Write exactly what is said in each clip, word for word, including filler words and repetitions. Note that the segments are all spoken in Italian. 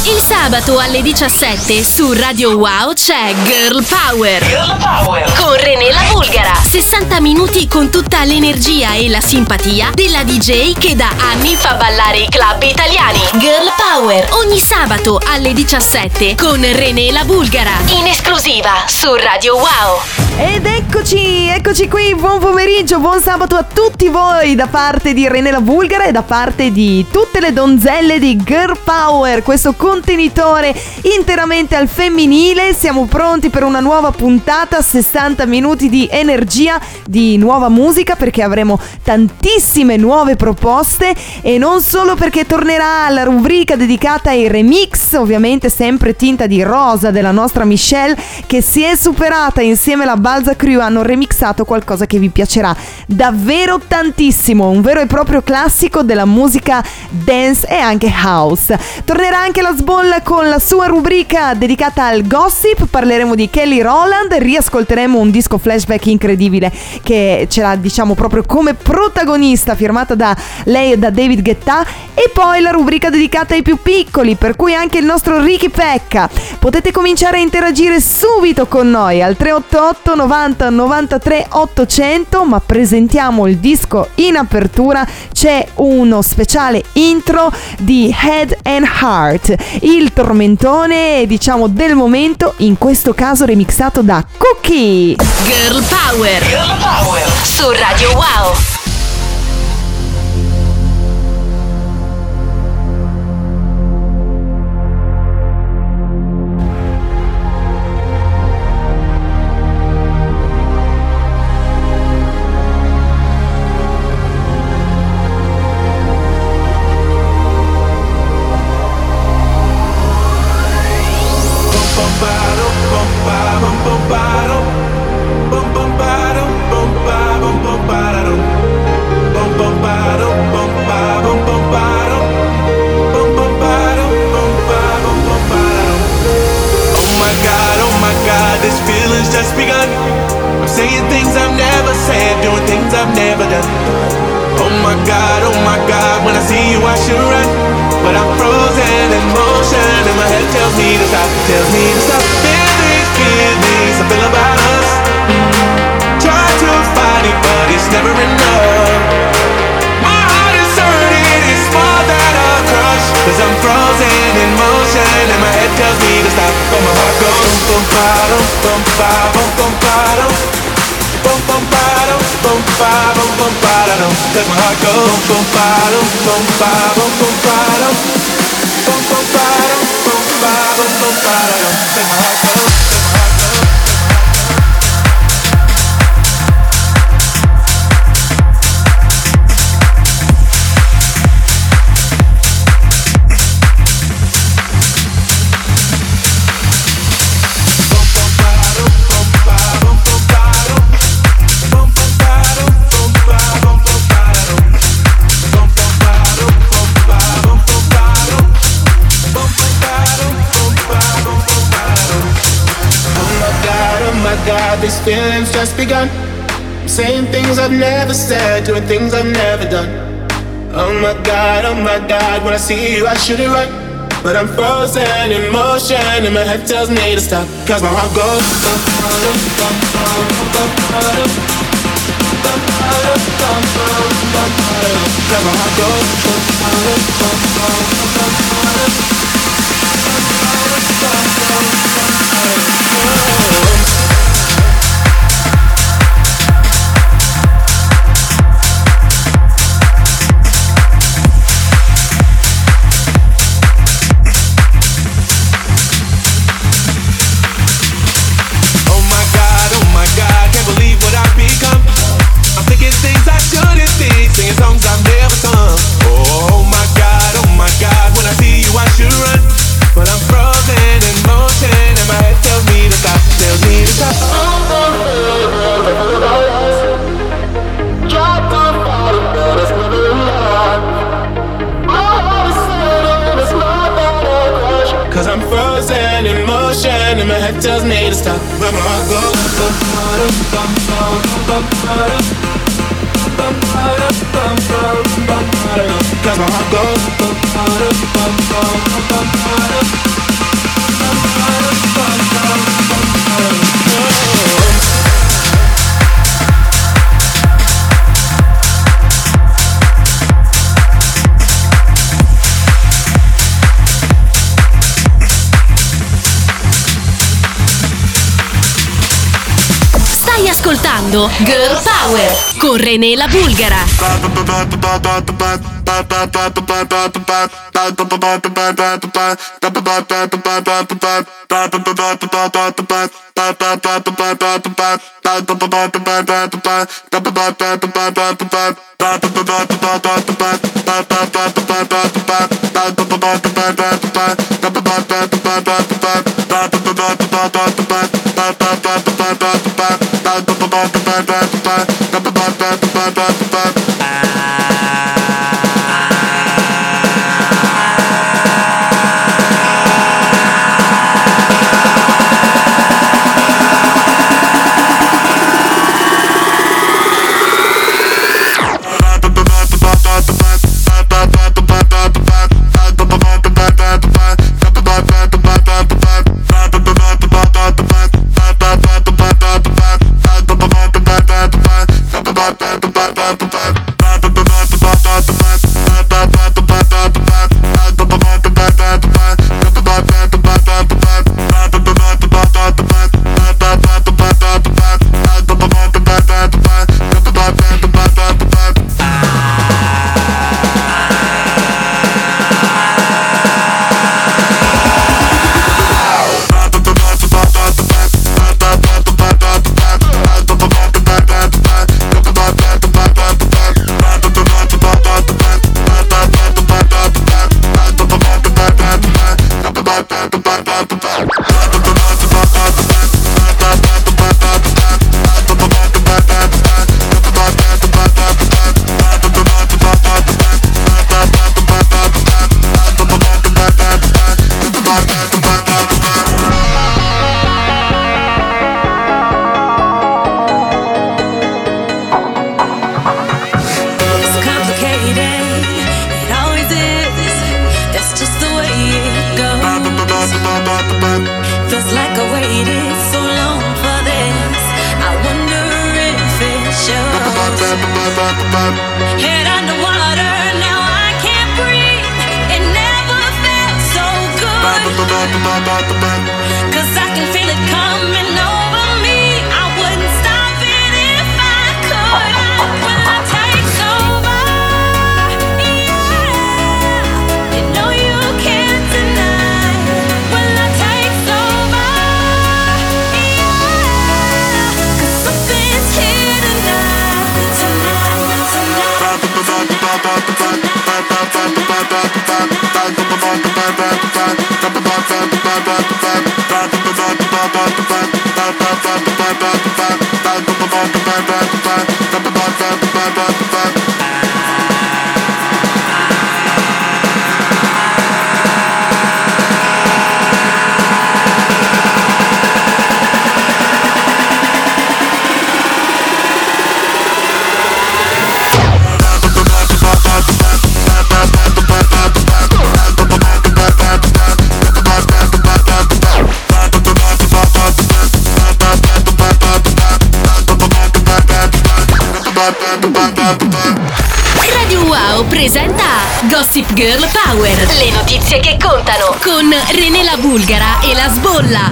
Il sabato alle diciassette su Radio Wow c'è Girl Power. Girl Power con René La Bulgara. sessanta minuti con tutta l'energia e la simpatia della D J che da anni fa ballare i club italiani. Girl Power ogni sabato alle diciassette con René La Bulgara. In esclusiva su Radio Wow. Ed eccoci, eccoci qui, buon pomeriggio, buon sabato a tutti voi da parte di René La Bulgara e da parte di tutte le donzelle di Girl Power, questo contenitore interamente al femminile. Siamo pronti per una nuova puntata, sessanta minuti di energia, di nuova musica, perché avremo tantissime nuove proposte e non solo, perché tornerà la rubrica dedicata ai remix, ovviamente sempre tinta di rosa della nostra Michelle, che si è superata insieme alla Balza Crew. Hanno remixato qualcosa che vi piacerà davvero tantissimo, un vero e proprio classico della musica dance e anche house. Tornerà anche la Sbolla con la sua rubrica dedicata al gossip, parleremo di Kelly Rowland, riascolteremo un disco flashback incredibile che ce l'ha, diciamo, proprio come protagonista, firmata da lei e da David Guetta, e poi la rubrica dedicata ai più piccoli, per cui anche il nostro Ricky Pecca. Potete cominciare a interagire subito con noi al tre otto otto novanta novantatré ottocento, ma presentiamo il disco in apertura. C'è uno speciale intro di Head and Heart, il tormentone, diciamo, del momento, in questo caso remixato da Cookie. Girl Power, Girl Power su Radio Wow. These feelings just begun. I'm saying things I've never said, doing things I've never done. Oh my God, oh my God, when I see you I should it right, but I'm frozen in motion and my head tells me to stop, cause my heart goes bum, bum, bum, bum, bum, bum, bum, bum, bum, cause my heart goes bum, bum, bum, bum, bum, bum. Tells me to stop, but my heart goes bum, bum, bum, bum, bum, bum, bum, bum, bum, cause my heart goes bum, bum, bum, bum, bum, bum. ascoltando Girl Power con René La Bulgara. Head underwater, now I can't breathe. It never felt so good. 'Cause I can feel it coming over me. I wouldn't stop it if I could. When I take over, yeah, you know you can't deny. When I take over, yeah, 'cause something's here tonight, tonight, tonight, Radio Wow presenta Gossip Girl Power, le notizie che contano, con René La Bulgara e La Sbolla.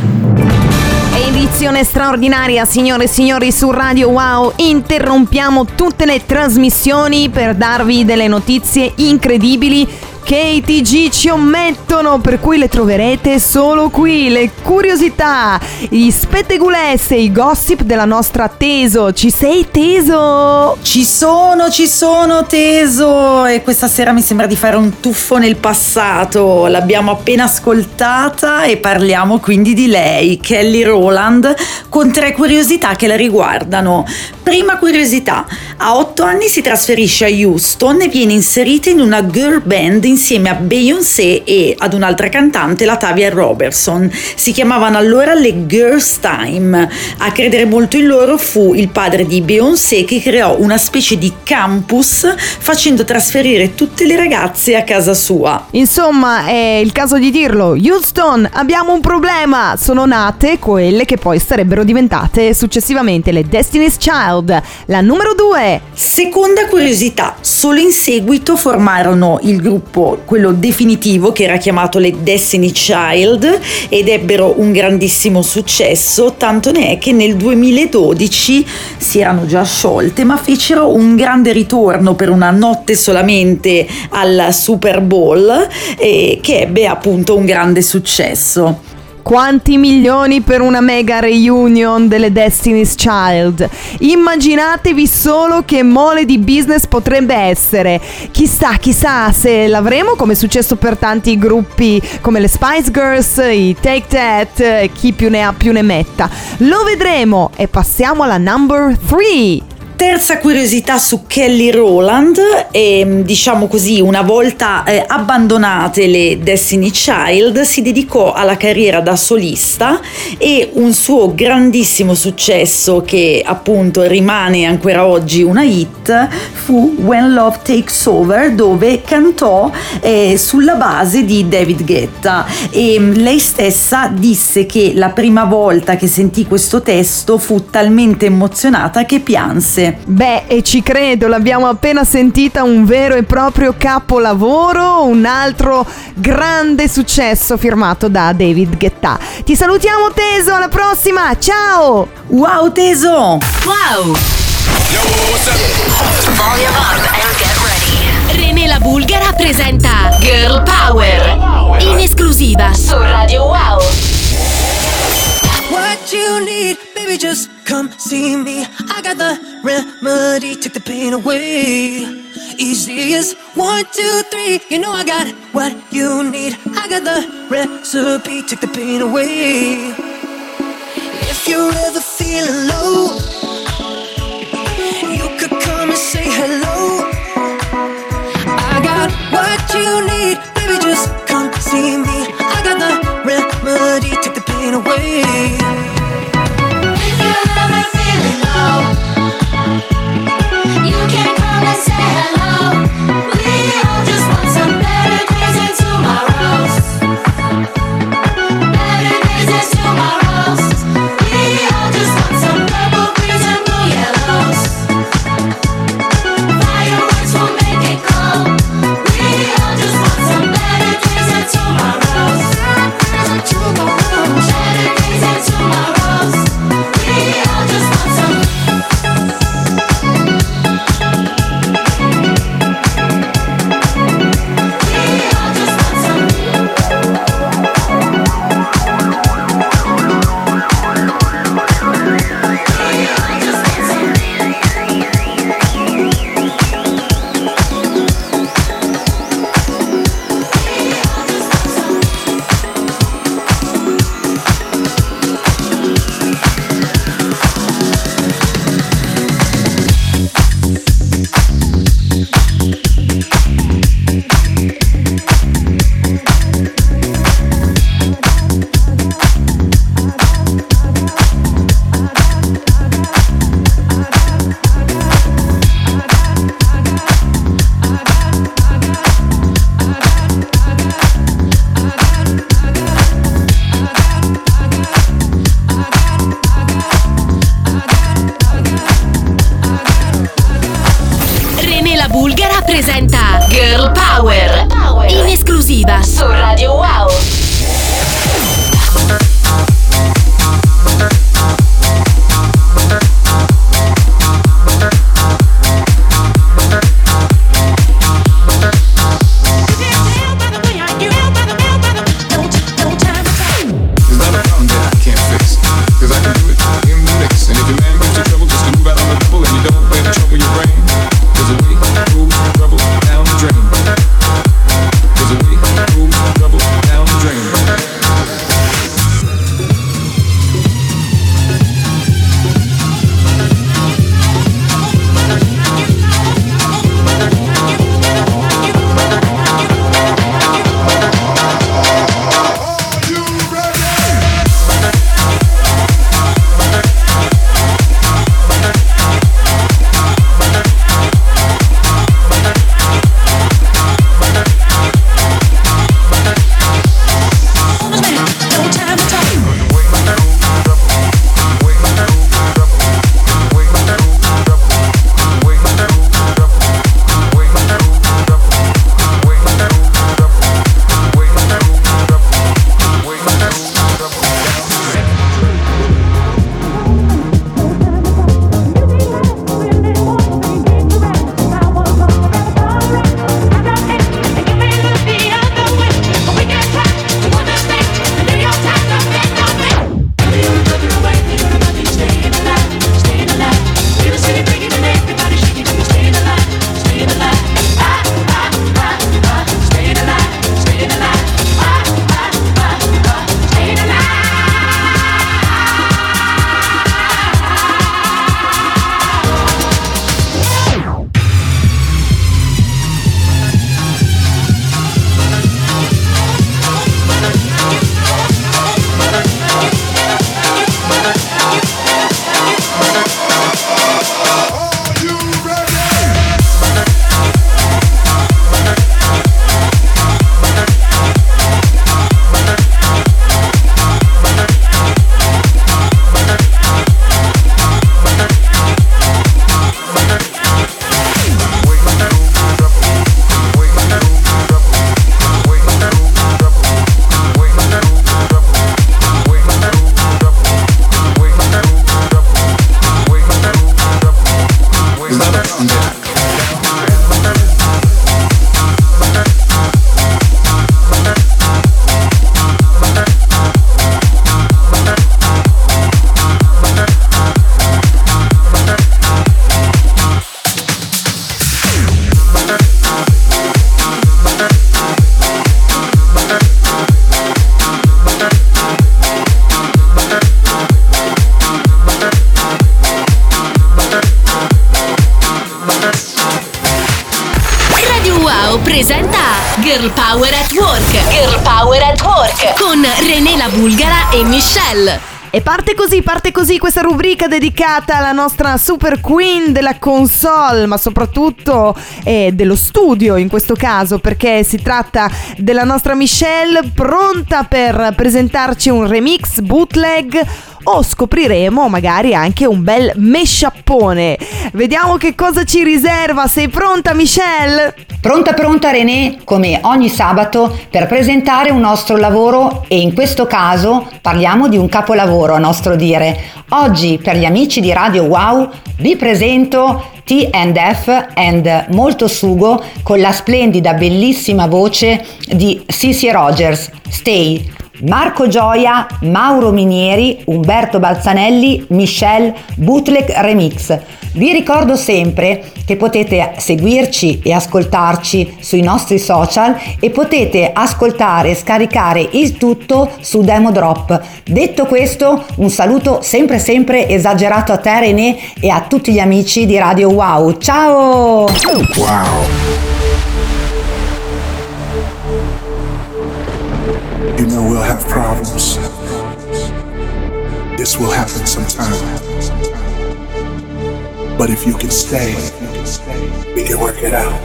Edizione straordinaria, signore e signori, su Radio Wow. Interrompiamo tutte le trasmissioni per darvi delle notizie incredibili che i T G ci omettono, per cui le troverete solo qui. Le curiosità, gli spettegulesse, i gossip della nostra Teso. Ci sei, Teso? Ci sono, ci sono, Teso. E questa sera mi sembra di fare un tuffo nel passato. L'abbiamo appena ascoltata e parliamo quindi di lei, Kelly Rowland, con tre curiosità che la riguardano. Prima curiosità: a otto anni si trasferisce a Houston e viene inserita in una girl band insieme a Beyoncé e ad un'altra cantante, la Tavia Robertson. Si chiamavano allora le Girls Time. A credere molto in loro fu il padre di Beyoncé, che creò una specie di campus facendo trasferire tutte le ragazze a casa sua. Insomma, è il caso di dirlo. Houston, abbiamo un problema. Sono nate quelle che poi sarebbero diventate successivamente le Destiny's Child. La numero due. Seconda curiosità: solo in seguito formarono il gruppo gruppo, quello definitivo, che era chiamato le Destiny Child, ed ebbero un grandissimo successo, tanto ne è che nel duemiladodici si erano già sciolte, ma fecero un grande ritorno per una notte solamente al Super Bowl, eh, che ebbe appunto un grande successo. Quanti milioni per una mega reunion delle Destiny's Child. Immaginatevi solo che mole di business potrebbe essere. Chissà, chissà se l'avremo, come è successo per tanti gruppi come le Spice Girls, i Take That, chi più ne ha più ne metta. Lo vedremo, e passiamo alla number three. Terza curiosità su Kelly Rowland, e, diciamo così, una volta eh, abbandonate le Destiny Child si dedicò alla carriera da solista, e un suo grandissimo successo, che appunto rimane ancora oggi una hit, fu When Love Takes Over, dove cantò eh, sulla base di David Guetta, e lei stessa disse che la prima volta che sentì questo testo fu talmente emozionata che pianse. Beh, e ci credo, l'abbiamo appena sentita, un vero e proprio capolavoro, un altro grande successo firmato da David Guetta. Ti salutiamo Teso, alla prossima, ciao! Wow Teso! Wow! Volume up and get ready. René la Bulgara presenta Girl Power in esclusiva su Radio Wow. What you need, baby, just come see me. I got the remedy, take the pain away. Easy as one, two, three. You know I got what you need. I got the recipe, take the pain away. If you're ever feeling low, you could come and say hello. I got what you need, baby, just come see me. I got the remedy, take the pain away. If you're ever feeling low, you can come and say hello. We all just want some better days and tomorrows. Better days and tomorrows. We all just want some purple, greens and blue yellows. Fireworks will make it glow. We all just want some better days and tomorrows. Better days and tomorrows. Better days and tomorrows. We all just want some. René la Bulgara presenta Girl Power in esclusiva su Radio Wow. Trouble down the drain. There's a way, move, trouble Girl Power at Work. Girl Power at Work con René la Bulgara e Michelle. E parte così, parte così questa rubrica dedicata alla nostra super queen della console, ma soprattutto eh, dello studio in questo caso, perché si tratta della nostra Michelle, pronta per presentarci un remix bootleg o scopriremo magari anche un bel mashuppone. Vediamo che cosa ci riserva. Sei pronta, Michelle? Pronta pronta René, come ogni sabato, per presentare un nostro lavoro, e in questo caso parliamo di un capolavoro a nostro dire. Oggi per gli amici di Radio Wow vi presento T and F and Molto Sugo con la splendida bellissima voce di Sissy Rogers, Stay. Marco Gioia, Mauro Minieri, Umberto Balzanelli, Michelle, Bootleg Remix. Vi ricordo sempre che potete seguirci e ascoltarci sui nostri social e potete ascoltare e scaricare il tutto su Demo Drop. Detto questo, un saluto sempre sempre esagerato a te René e a tutti gli amici di Radio Wow. Ciao! Wow. You know we'll have problems. This will happen sometime. But if you can stay, we can work it out.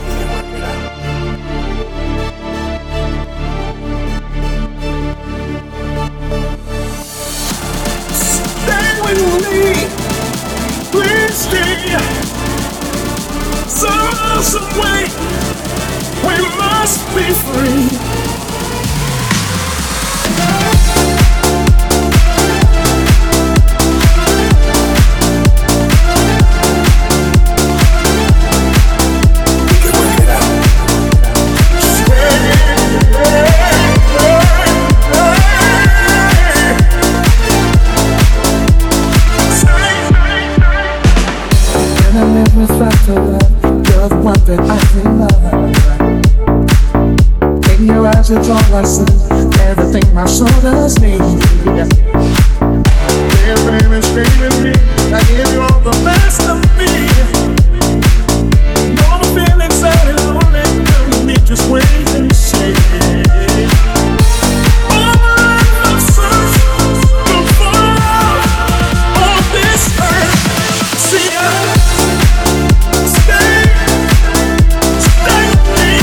Stay with me, please stay. Some, some way, we must be free. It's all I see, everything my soul does need. Yeah, baby, stay with me. I give you all the best of me. No feeling sad and lonely, you need just wait and see. All my love search, look for love on this earth. See ya. Stay, stay with me.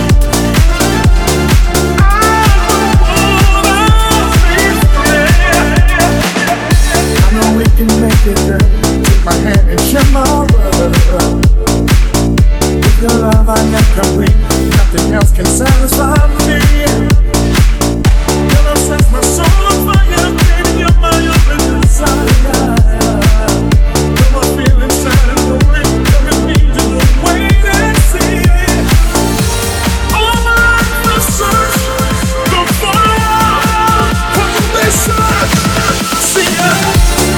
Make it, girl. Take my hand and share my world. With your love I am complete. Nothing else can satisfy me. Your love sets my soul on fire. Baby, you're my only desire. You're my feeling sad and lonely. Come with me to the wait and see. All my life I search, look for love. Come they search, see ya.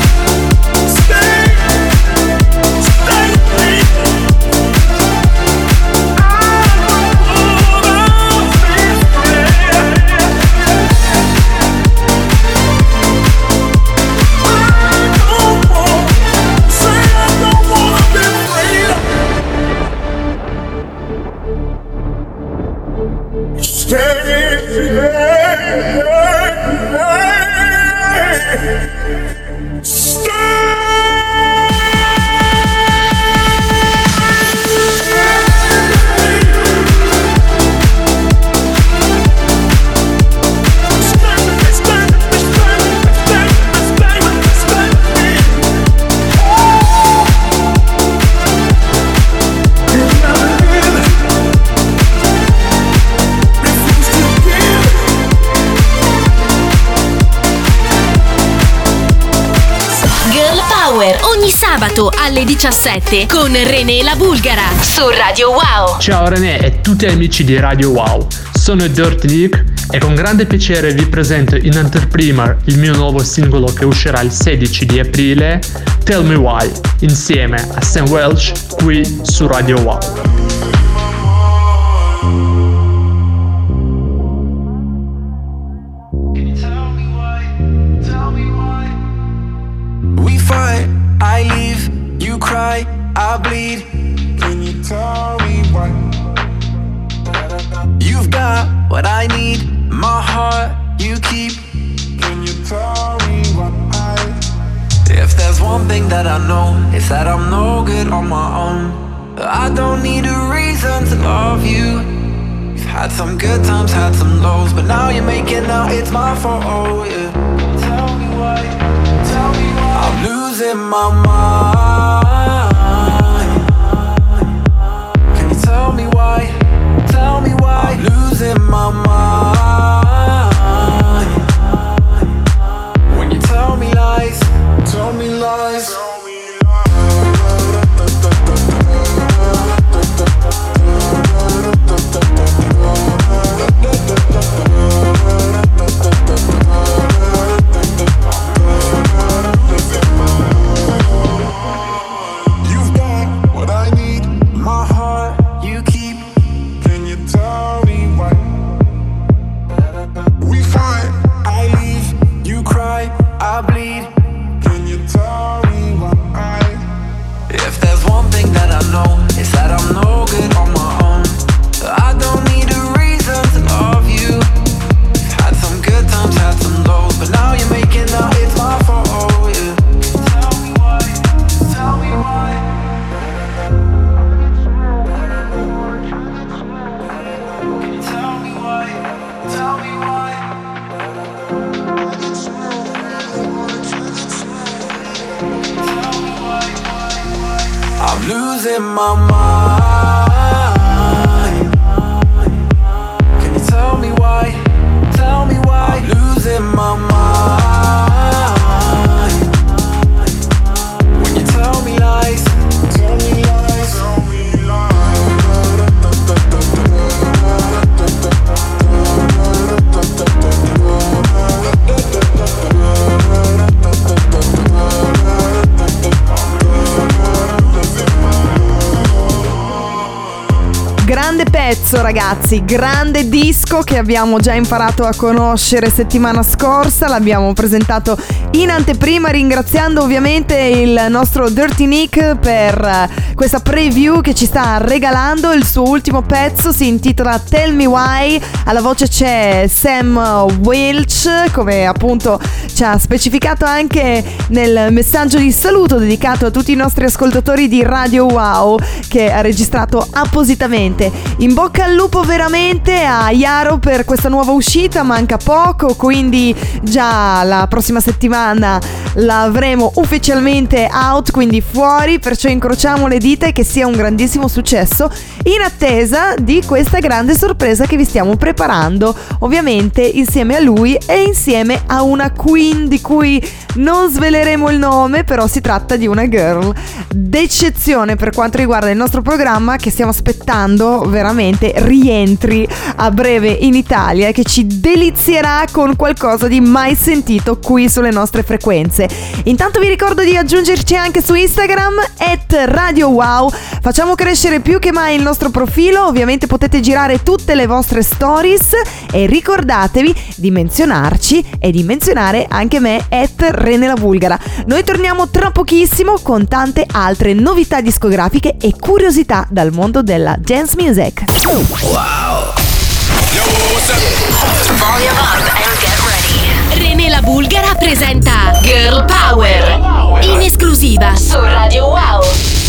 Ogni sabato alle diciassette con René la Bulgara su Radio Wow. Ciao René e tutti gli amici di Radio Wow, sono Dirty Dick e con grande piacere vi presento in anteprima il mio nuovo singolo che uscirà il sedici di aprile, Tell Me Why, insieme a Sam Welch qui su Radio Wow. I leave, you cry, I bleed. Can you tell me why? You You've got what I need, my heart you keep. Can you tell me what I? If there's one thing that I know, it's that I'm no good on my own. I don't need a reason to love you. We've had some good times, had some lows, but now you're making out it's my fault, oh yeah. Tell me why, tell me why I'm losing my mind. Can you tell me why, tell me why I'm losing my mind. When you tell me lies, tell me lies. You've got what I need, my heart you keep. Can you tell me why? We fight, I leave, you cry, I bleed. Can you tell me why? If there's one thing that I know, it's that I'm no good on my own. I don't need a reason to love you. Had some good times, had some lows, but now you're making out it's my fault, oh yeah. Tell me why, tell me why. Can you tell me why, tell me why. I'm losing my mind. Can you tell me why? Tell me why I'm losing my mind. When you tell me lies, tell me lies, tell me Grande pezzo ragazzi, grande disco che abbiamo già imparato a conoscere settimana scorsa, l'abbiamo presentato in anteprima ringraziando ovviamente il nostro Dirty Nick per questa preview che ci sta regalando. Il suo ultimo pezzo si intitola Tell Me Why, alla voce c'è Sam Welch, come appunto ci ha specificato anche nel messaggio di saluto dedicato a tutti i nostri ascoltatori di Radio Wow che ha registrato appositamente. In bocca al lupo veramente a Yaro per questa nuova uscita, manca poco, quindi già la prossima settimana la avremo ufficialmente out, quindi fuori, perciò incrociamo le dita e che sia un grandissimo successo in attesa di questa grande sorpresa che vi stiamo preparando, ovviamente insieme a lui e insieme a una queen di cui non sveleremo il nome, però si tratta di una girl d'eccezione per quanto riguarda il nostro programma, che stiamo aspettando veramente rientri a breve in Italia e che ci delizierà con qualcosa di mai sentito qui sulle nostre frequenze. Intanto vi ricordo di aggiungerci anche su Instagram at Radio Wow, facciamo crescere più che mai il nostro profilo, ovviamente potete girare tutte le vostre stories e ricordatevi di menzionarci e di menzionare anche me at Rene la Vulgara. Noi torniamo tra pochissimo con tante altre novità discografiche e curiosità dal mondo della dance music. Wow. Volume up and get ready. Rene la Bulgara presenta Girl Power in esclusiva su Radio Wow.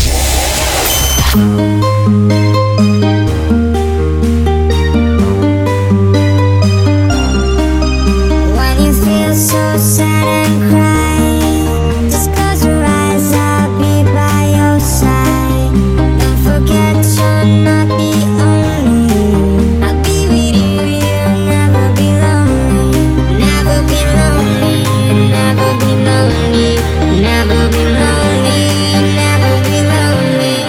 When you feel so sad and cry, just close your eyes, I'll be by your side. Don't forget you're not the only. I'll be with you, you'll never be lonely. Never be lonely, never be lonely. Never be lonely, never be lonely.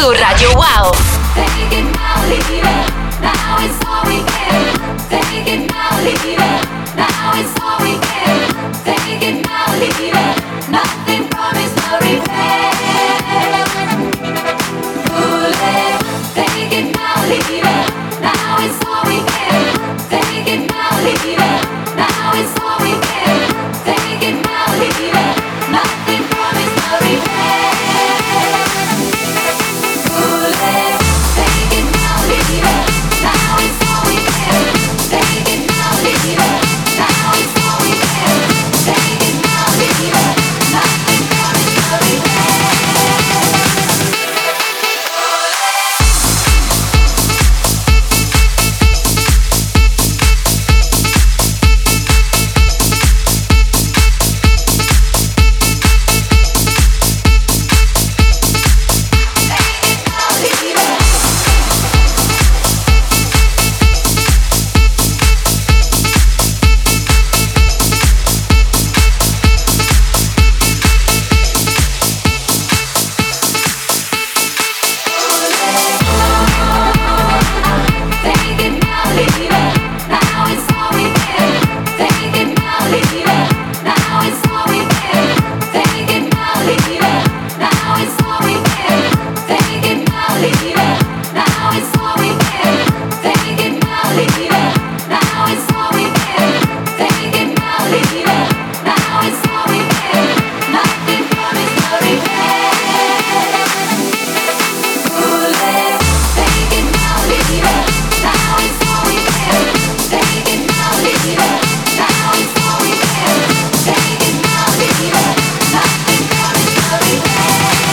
su Radio Wow. Take it now, leave it. Now it's all we get. Take it now, leave it. Now it's all we get. Take it now, leave it. Nothing promised, no repair. Fool it. Take it now, leave it. Now it's all we get. Take it now, leave it. Now it's all we get. Take it now, leave it. Nothing promised, no repair. Fool it. Take it now, leave it. Now it's all we get. Take it now, leave it. Now it's all we get. Take it now, leave it. Nothing promised, no repair. Take it now, leave it. Now it's all we get. Take it now, leave it. Now it's all we get. Take it now, leave it. Now it's all we get. Take it now, leave it. Now it's all we get. Take it now, leave it. Now it's all we get. Take it now, leave it. Now it's all we get. Nothing promised, no repair. Fool it. Take it now, leave it. Now it's all we get. Take it now, leave it. Now it's all we get. Take it now, leave it. Nothing promised, no repair.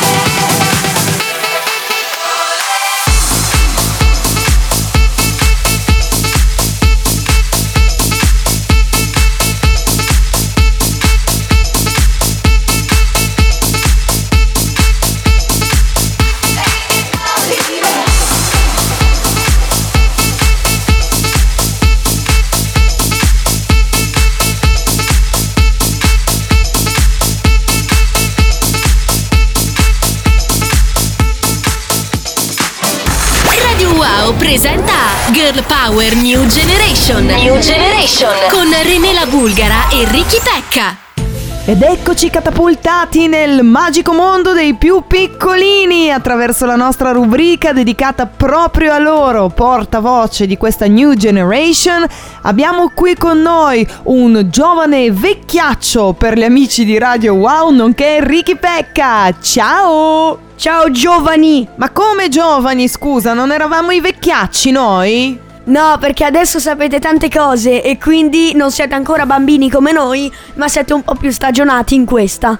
Radio Wow presenta Girl Power New Generation. New Generation con René la Bulgara e Ricky Pecca. Ed eccoci catapultati nel magico mondo dei più piccolini attraverso la nostra rubrica dedicata proprio a loro, portavoce di questa New Generation. Abbiamo qui con noi un giovane vecchiaccio per gli amici di Radio Wow, nonché Ricky Pecca. Ciao! Ciao giovani! Ma come giovani, scusa, non eravamo i vecchiacci noi? No, perché adesso sapete tante cose e quindi non siete ancora bambini come noi, ma siete un po' più stagionati in questa.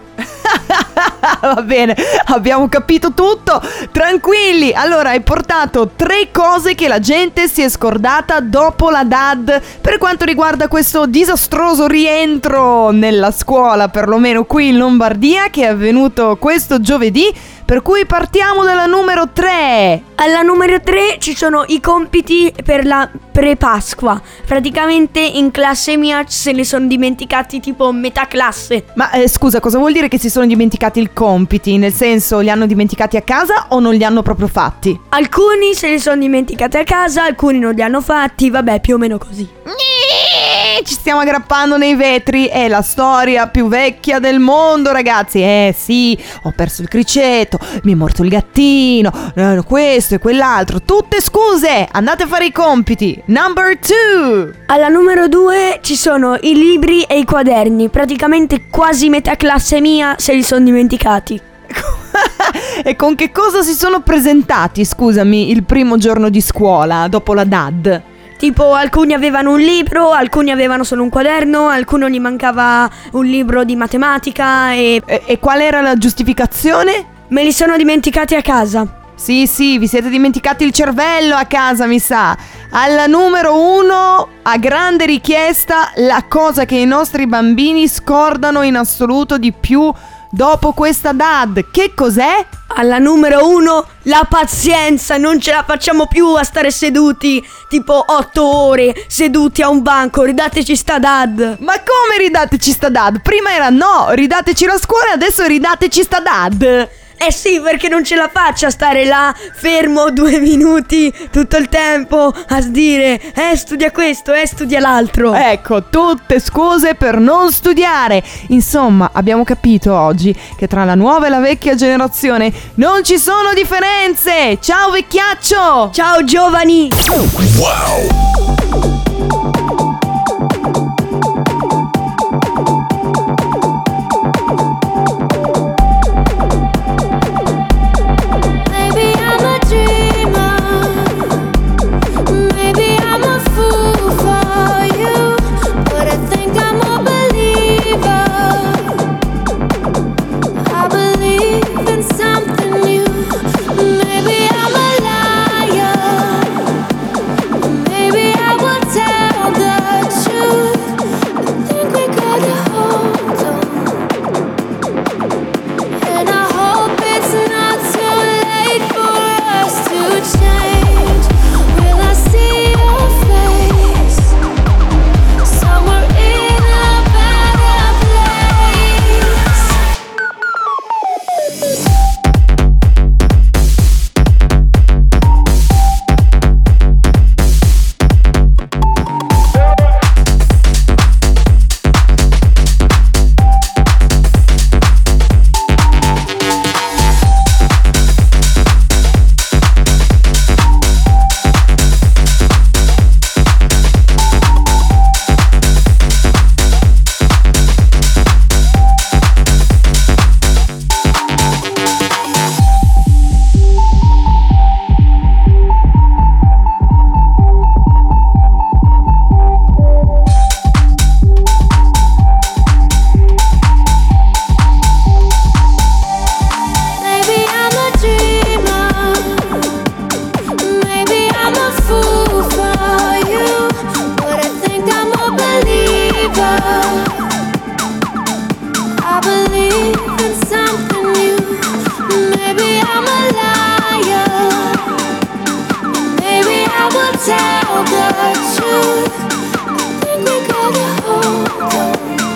Va bene, abbiamo capito tutto. Tranquilli, allora hai portato tre cose che la gente si è scordata dopo la D A D per quanto riguarda questo disastroso rientro nella scuola, perlomeno qui in Lombardia, che è avvenuto questo giovedì. Per cui partiamo dalla numero tre. Alla numero tre ci sono i compiti per la pre-Pasqua. Praticamente in classe mia se li sono dimenticati tipo metà classe. Ma eh, scusa, cosa vuol dire che si sono dimenticati i compiti? Nel senso, li hanno dimenticati a casa o non li hanno proprio fatti? Alcuni se li sono dimenticati a casa, alcuni non li hanno fatti, vabbè, più o meno così. Ci stiamo aggrappando nei vetri. È la storia più vecchia del mondo, ragazzi. Eh sì, ho perso il criceto, mi è morto il gattino, eh, questo e quell'altro. Tutte scuse, andate a fare i compiti. Number two. Alla numero due ci sono i libri e i quaderni. Praticamente quasi metà classe mia se li sono dimenticati. E con che cosa si sono presentati, scusami, il primo giorno di scuola dopo la D A D? Tipo alcuni avevano un libro, alcuni avevano solo un quaderno, a alcuno gli mancava un libro di matematica e... E, e qual era la giustificazione? Me li sono dimenticati a casa. Sì, sì, vi siete dimenticati il cervello a casa, mi sa. Alla numero uno, a grande richiesta, la cosa che i nostri bambini scordano in assoluto di più dopo questa D A D. Che cos'è? Alla numero uno, la pazienza. Non ce la facciamo più a stare seduti tipo otto ore seduti a un banco. Ridateci sta D A D. Ma come ridateci sta D A D? Prima era no, ridateci la scuola, adesso ridateci sta D A D. Eh sì, perché non ce la faccio a stare là fermo due minuti tutto il tempo a dire eh studia questo, eh studia l'altro. Ecco, tutte scuse per non studiare. Insomma, abbiamo capito oggi che tra la nuova e la vecchia generazione non ci sono differenze. Ciao vecchiaccio! Ciao giovani! Maybe I'm a dreamer. Maybe I'm a fool for you, but I think I'm a believer. I believe in something new. Maybe I'm a liar. Maybe I will tell the truth. I think we gotta hold on. And I hope it's not too late for us to change. Will I see your face somewhere in a better place? Maybe I'm a dreamer. Maybe I'm a fool for you, but I think I'm a believer. I believe in something new. Maybe I'm a liar. Maybe I will tell the truth. I think we gotta hold on.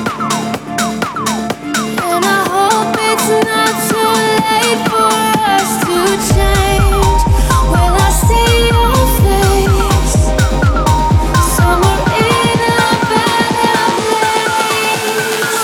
And I hope it's not too late for us to change. Will I see your face somewhere in a better place?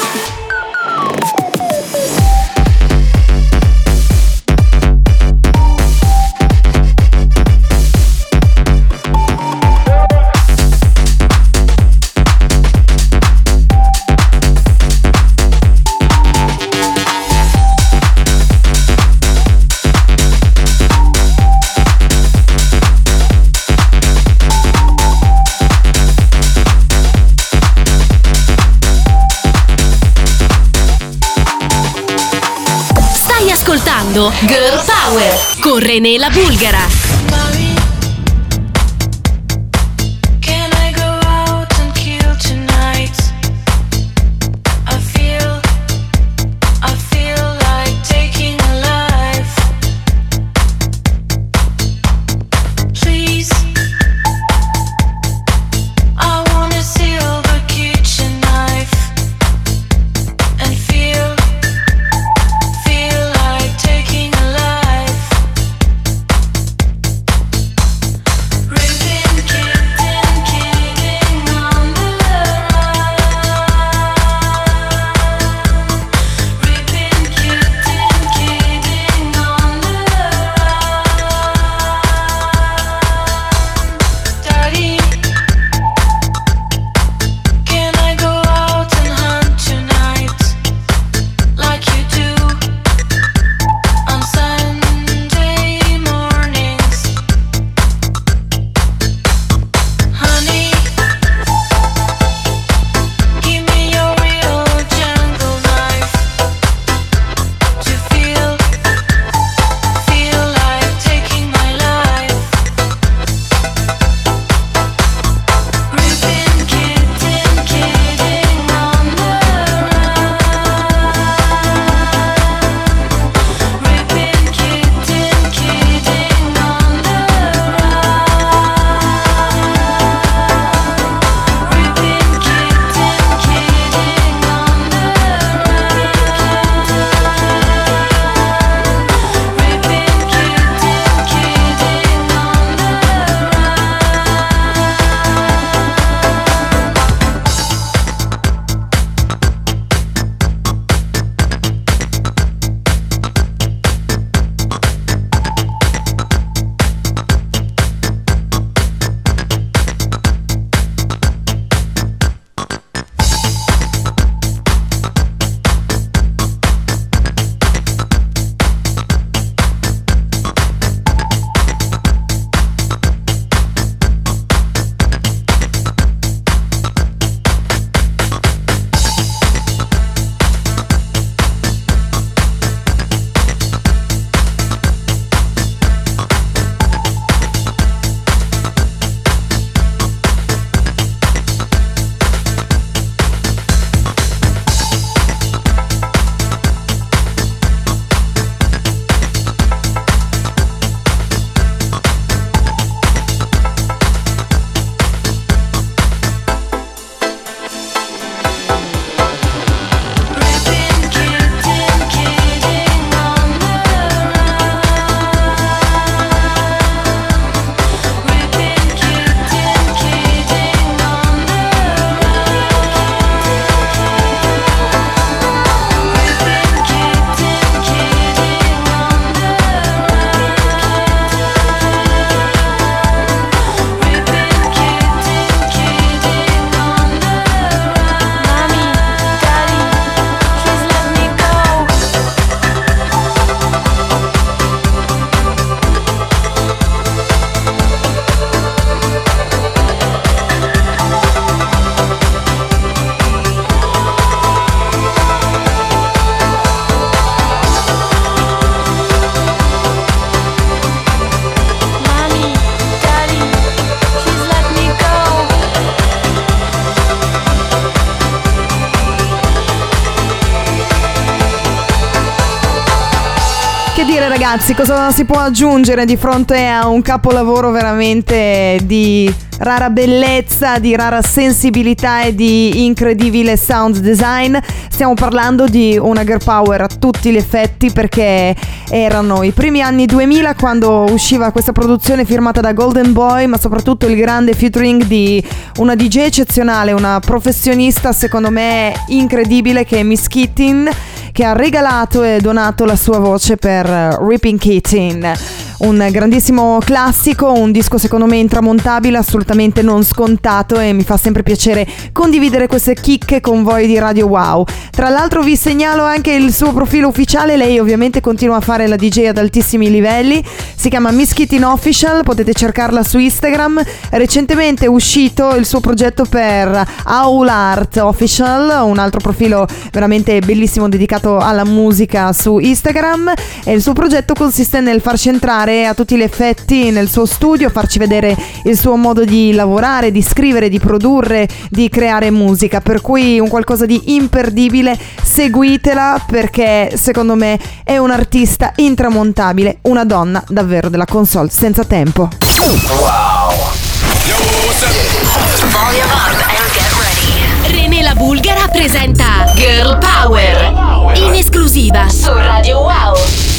Stai ascoltando Girl Power con René La Bulgara. Mommy, can I go out and kill tonight? I feel, I feel like taking a life. Please, I wanna steal the kitchen knife and feel, feel like taking a life. Che dire ragazzi, cosa si può aggiungere di fronte a un capolavoro veramente di rara bellezza, di rara sensibilità e di incredibile sound design? Stiamo parlando di una girl power a tutti gli effetti, perché erano i primi anni duemila quando usciva questa produzione firmata da Golden Boy, ma soprattutto il grande featuring di una D J eccezionale, una professionista secondo me incredibile, che è Miss Kittin, che ha regalato e donato la sua voce per Ripping Kittin. Un grandissimo classico, un disco secondo me intramontabile, assolutamente non scontato, e mi fa sempre piacere condividere queste chicche con voi di Radio Wow. Tra l'altro vi segnalo anche il suo profilo ufficiale, lei ovviamente continua a fare la D J ad altissimi livelli, si chiama Miss Kittin Official, potete cercarla su Instagram. Recentemente è uscito il suo progetto per Owl Art Official, un altro profilo veramente bellissimo dedicato alla musica su Instagram, e il suo progetto consiste nel farci entrare a tutti gli effetti nel suo studio, farci vedere il suo modo di lavorare, di scrivere, di produrre, di creare musica, per cui un qualcosa di imperdibile. Seguitela perché secondo me è un'artista intramontabile, una donna davvero della console senza tempo. René La Bulgara presenta Girl Power in esclusiva su Radio Wow.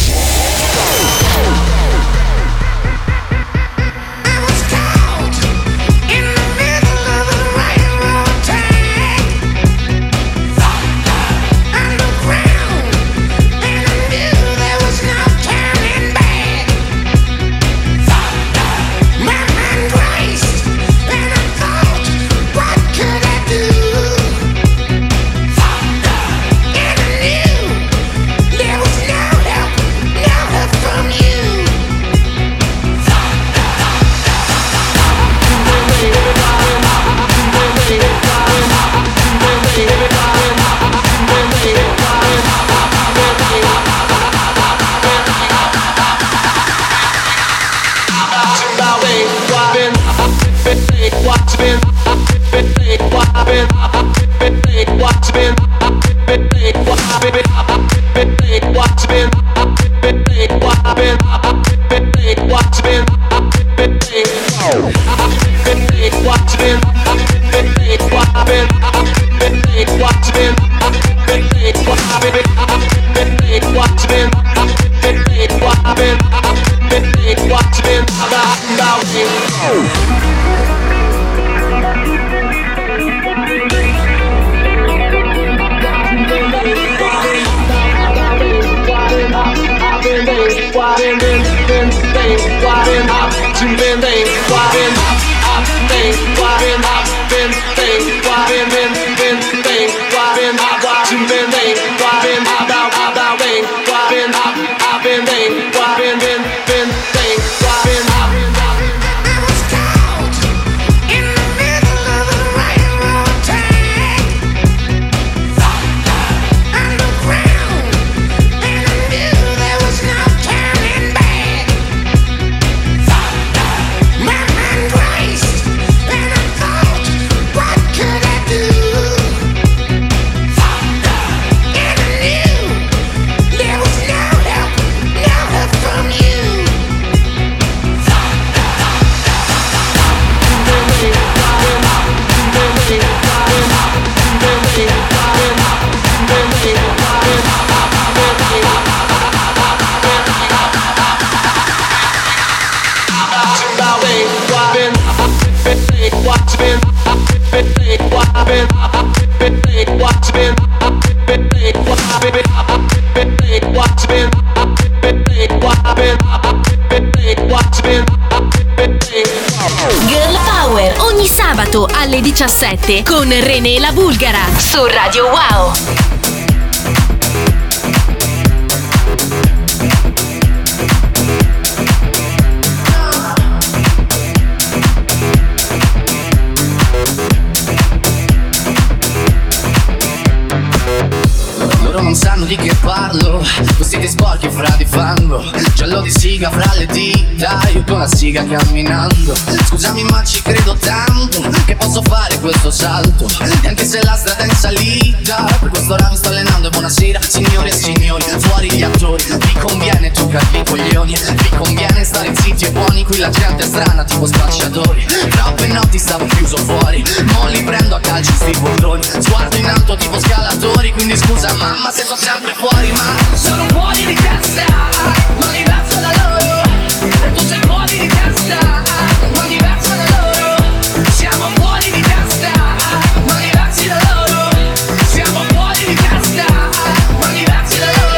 Girl Power ogni sabato alle diciassette con René La Bulgara su Radio Wow. Non sanno di che parlo, vestiti sporchi fra di fango, giallo di siga fra le dita, io con la siga camminando. Scusami ma ci credo tanto, che posso fare questo salto, e anche se la strada è in salita, per questo ora mi sto allenando e buonasera signore e signori, fuori gli attori, vi conviene tu coglioni. Vi conviene stare zitti e buoni, qui la gente è strana tipo spacciatori. Troppe notti stavo chiuso fuori, mo li prendo a calci sti poltroni. Sguardo in alto tipo scalatori, quindi scusa mamma se sto sempre fuori, ma sono fuori di testa, ma diverso da loro. E tu sei fuori di testa, ma diverso da loro. Siamo fuori di testa, ma diversi da loro. Siamo fuori di testa, ma diversi da loro.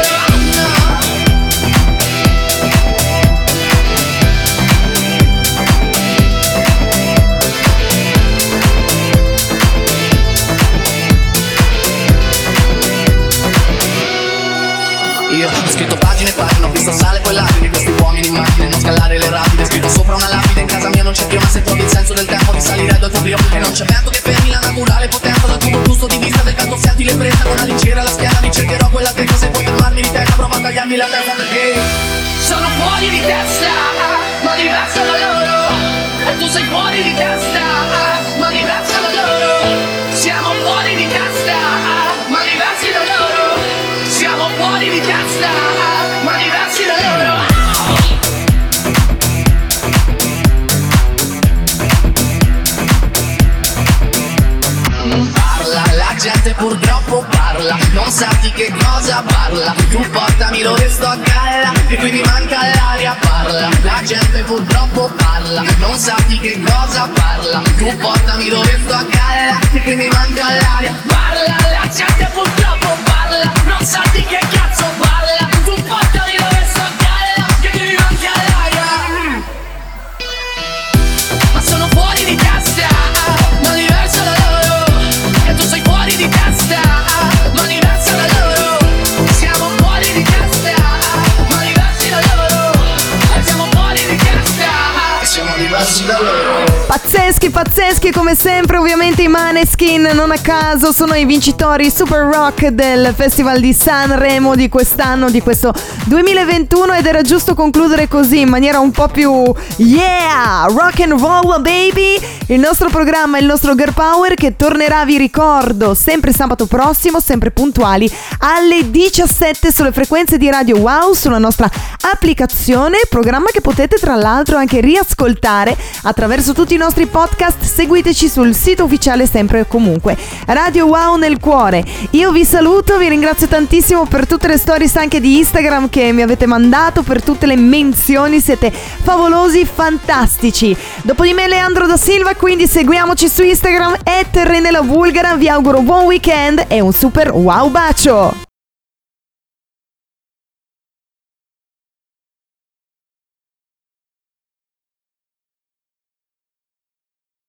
Io ho scritto pagine e pagine, ho visto sale poi lapidi, questi uomini in macchine, non scalare le rapide. Scritto sopra una lapide, in casa mia non c'è più, ma se trovi il senso del tempo risalire dal tuo rio. E non c'è vento che fermi la naturale potenza dal tuo gusto di vista del canto, senti le presa con la lincera alla schiena. Mi cercherò quella testa, se puoi fermarmi di testa, prova a tagliarmi la testa perché sono fuori di testa, ma diversa da loro. E tu sei fuori di testa, ma diversa da loro. Siamo fuori di testa, ma diversi da loro. Siamo fuori di testa, ma diversi da loro. Parla, la gente purtroppo parla, non sa di che cosa parla. Tu portami dove sto a galla, e qui mi manca l'aria. Parla, la gente purtroppo parla, non sa di che cosa parla. Tu portami dove sto a galla, e qui mi manca l'aria. Parla, la gente purtroppo parla, non sa di che cazzo parla. Tu portami dove sto a galla, e qui mi manca l'aria. Ma sono fuori di testa, ma diverso da loro. E tu sei fuori di testa, ma diverso da loro. Siamo fuori di testa, ma diversi da loro. E siamo fuori di testa, e siamo diversi da loro. Pazzeschi, pazzeschi come sempre, ovviamente i Maneskin, non a caso sono i vincitori Super Rock del Festival di Sanremo di quest'anno, di questo duemilaventuno, ed era giusto concludere così in maniera un po' più yeah, rock and roll baby, il nostro programma, il nostro Girl Power che tornerà, vi ricordo, sempre sabato prossimo, sempre puntuali alle diciassette sulle frequenze di Radio Wow, sulla nostra applicazione, programma che potete tra l'altro anche riascoltare attraverso tutti i nostri podcast. Seguiteci sul sito ufficiale sempre e comunque Radio Wow nel cuore. Io vi saluto, vi ringrazio tantissimo per tutte le stories anche di Instagram che mi avete mandato, per tutte le menzioni, siete favolosi, fantastici. Dopo di me Leandro da Silva, quindi seguiamoci su Instagram at Renela Vulgara. Vi auguro buon weekend e un super wow bacio.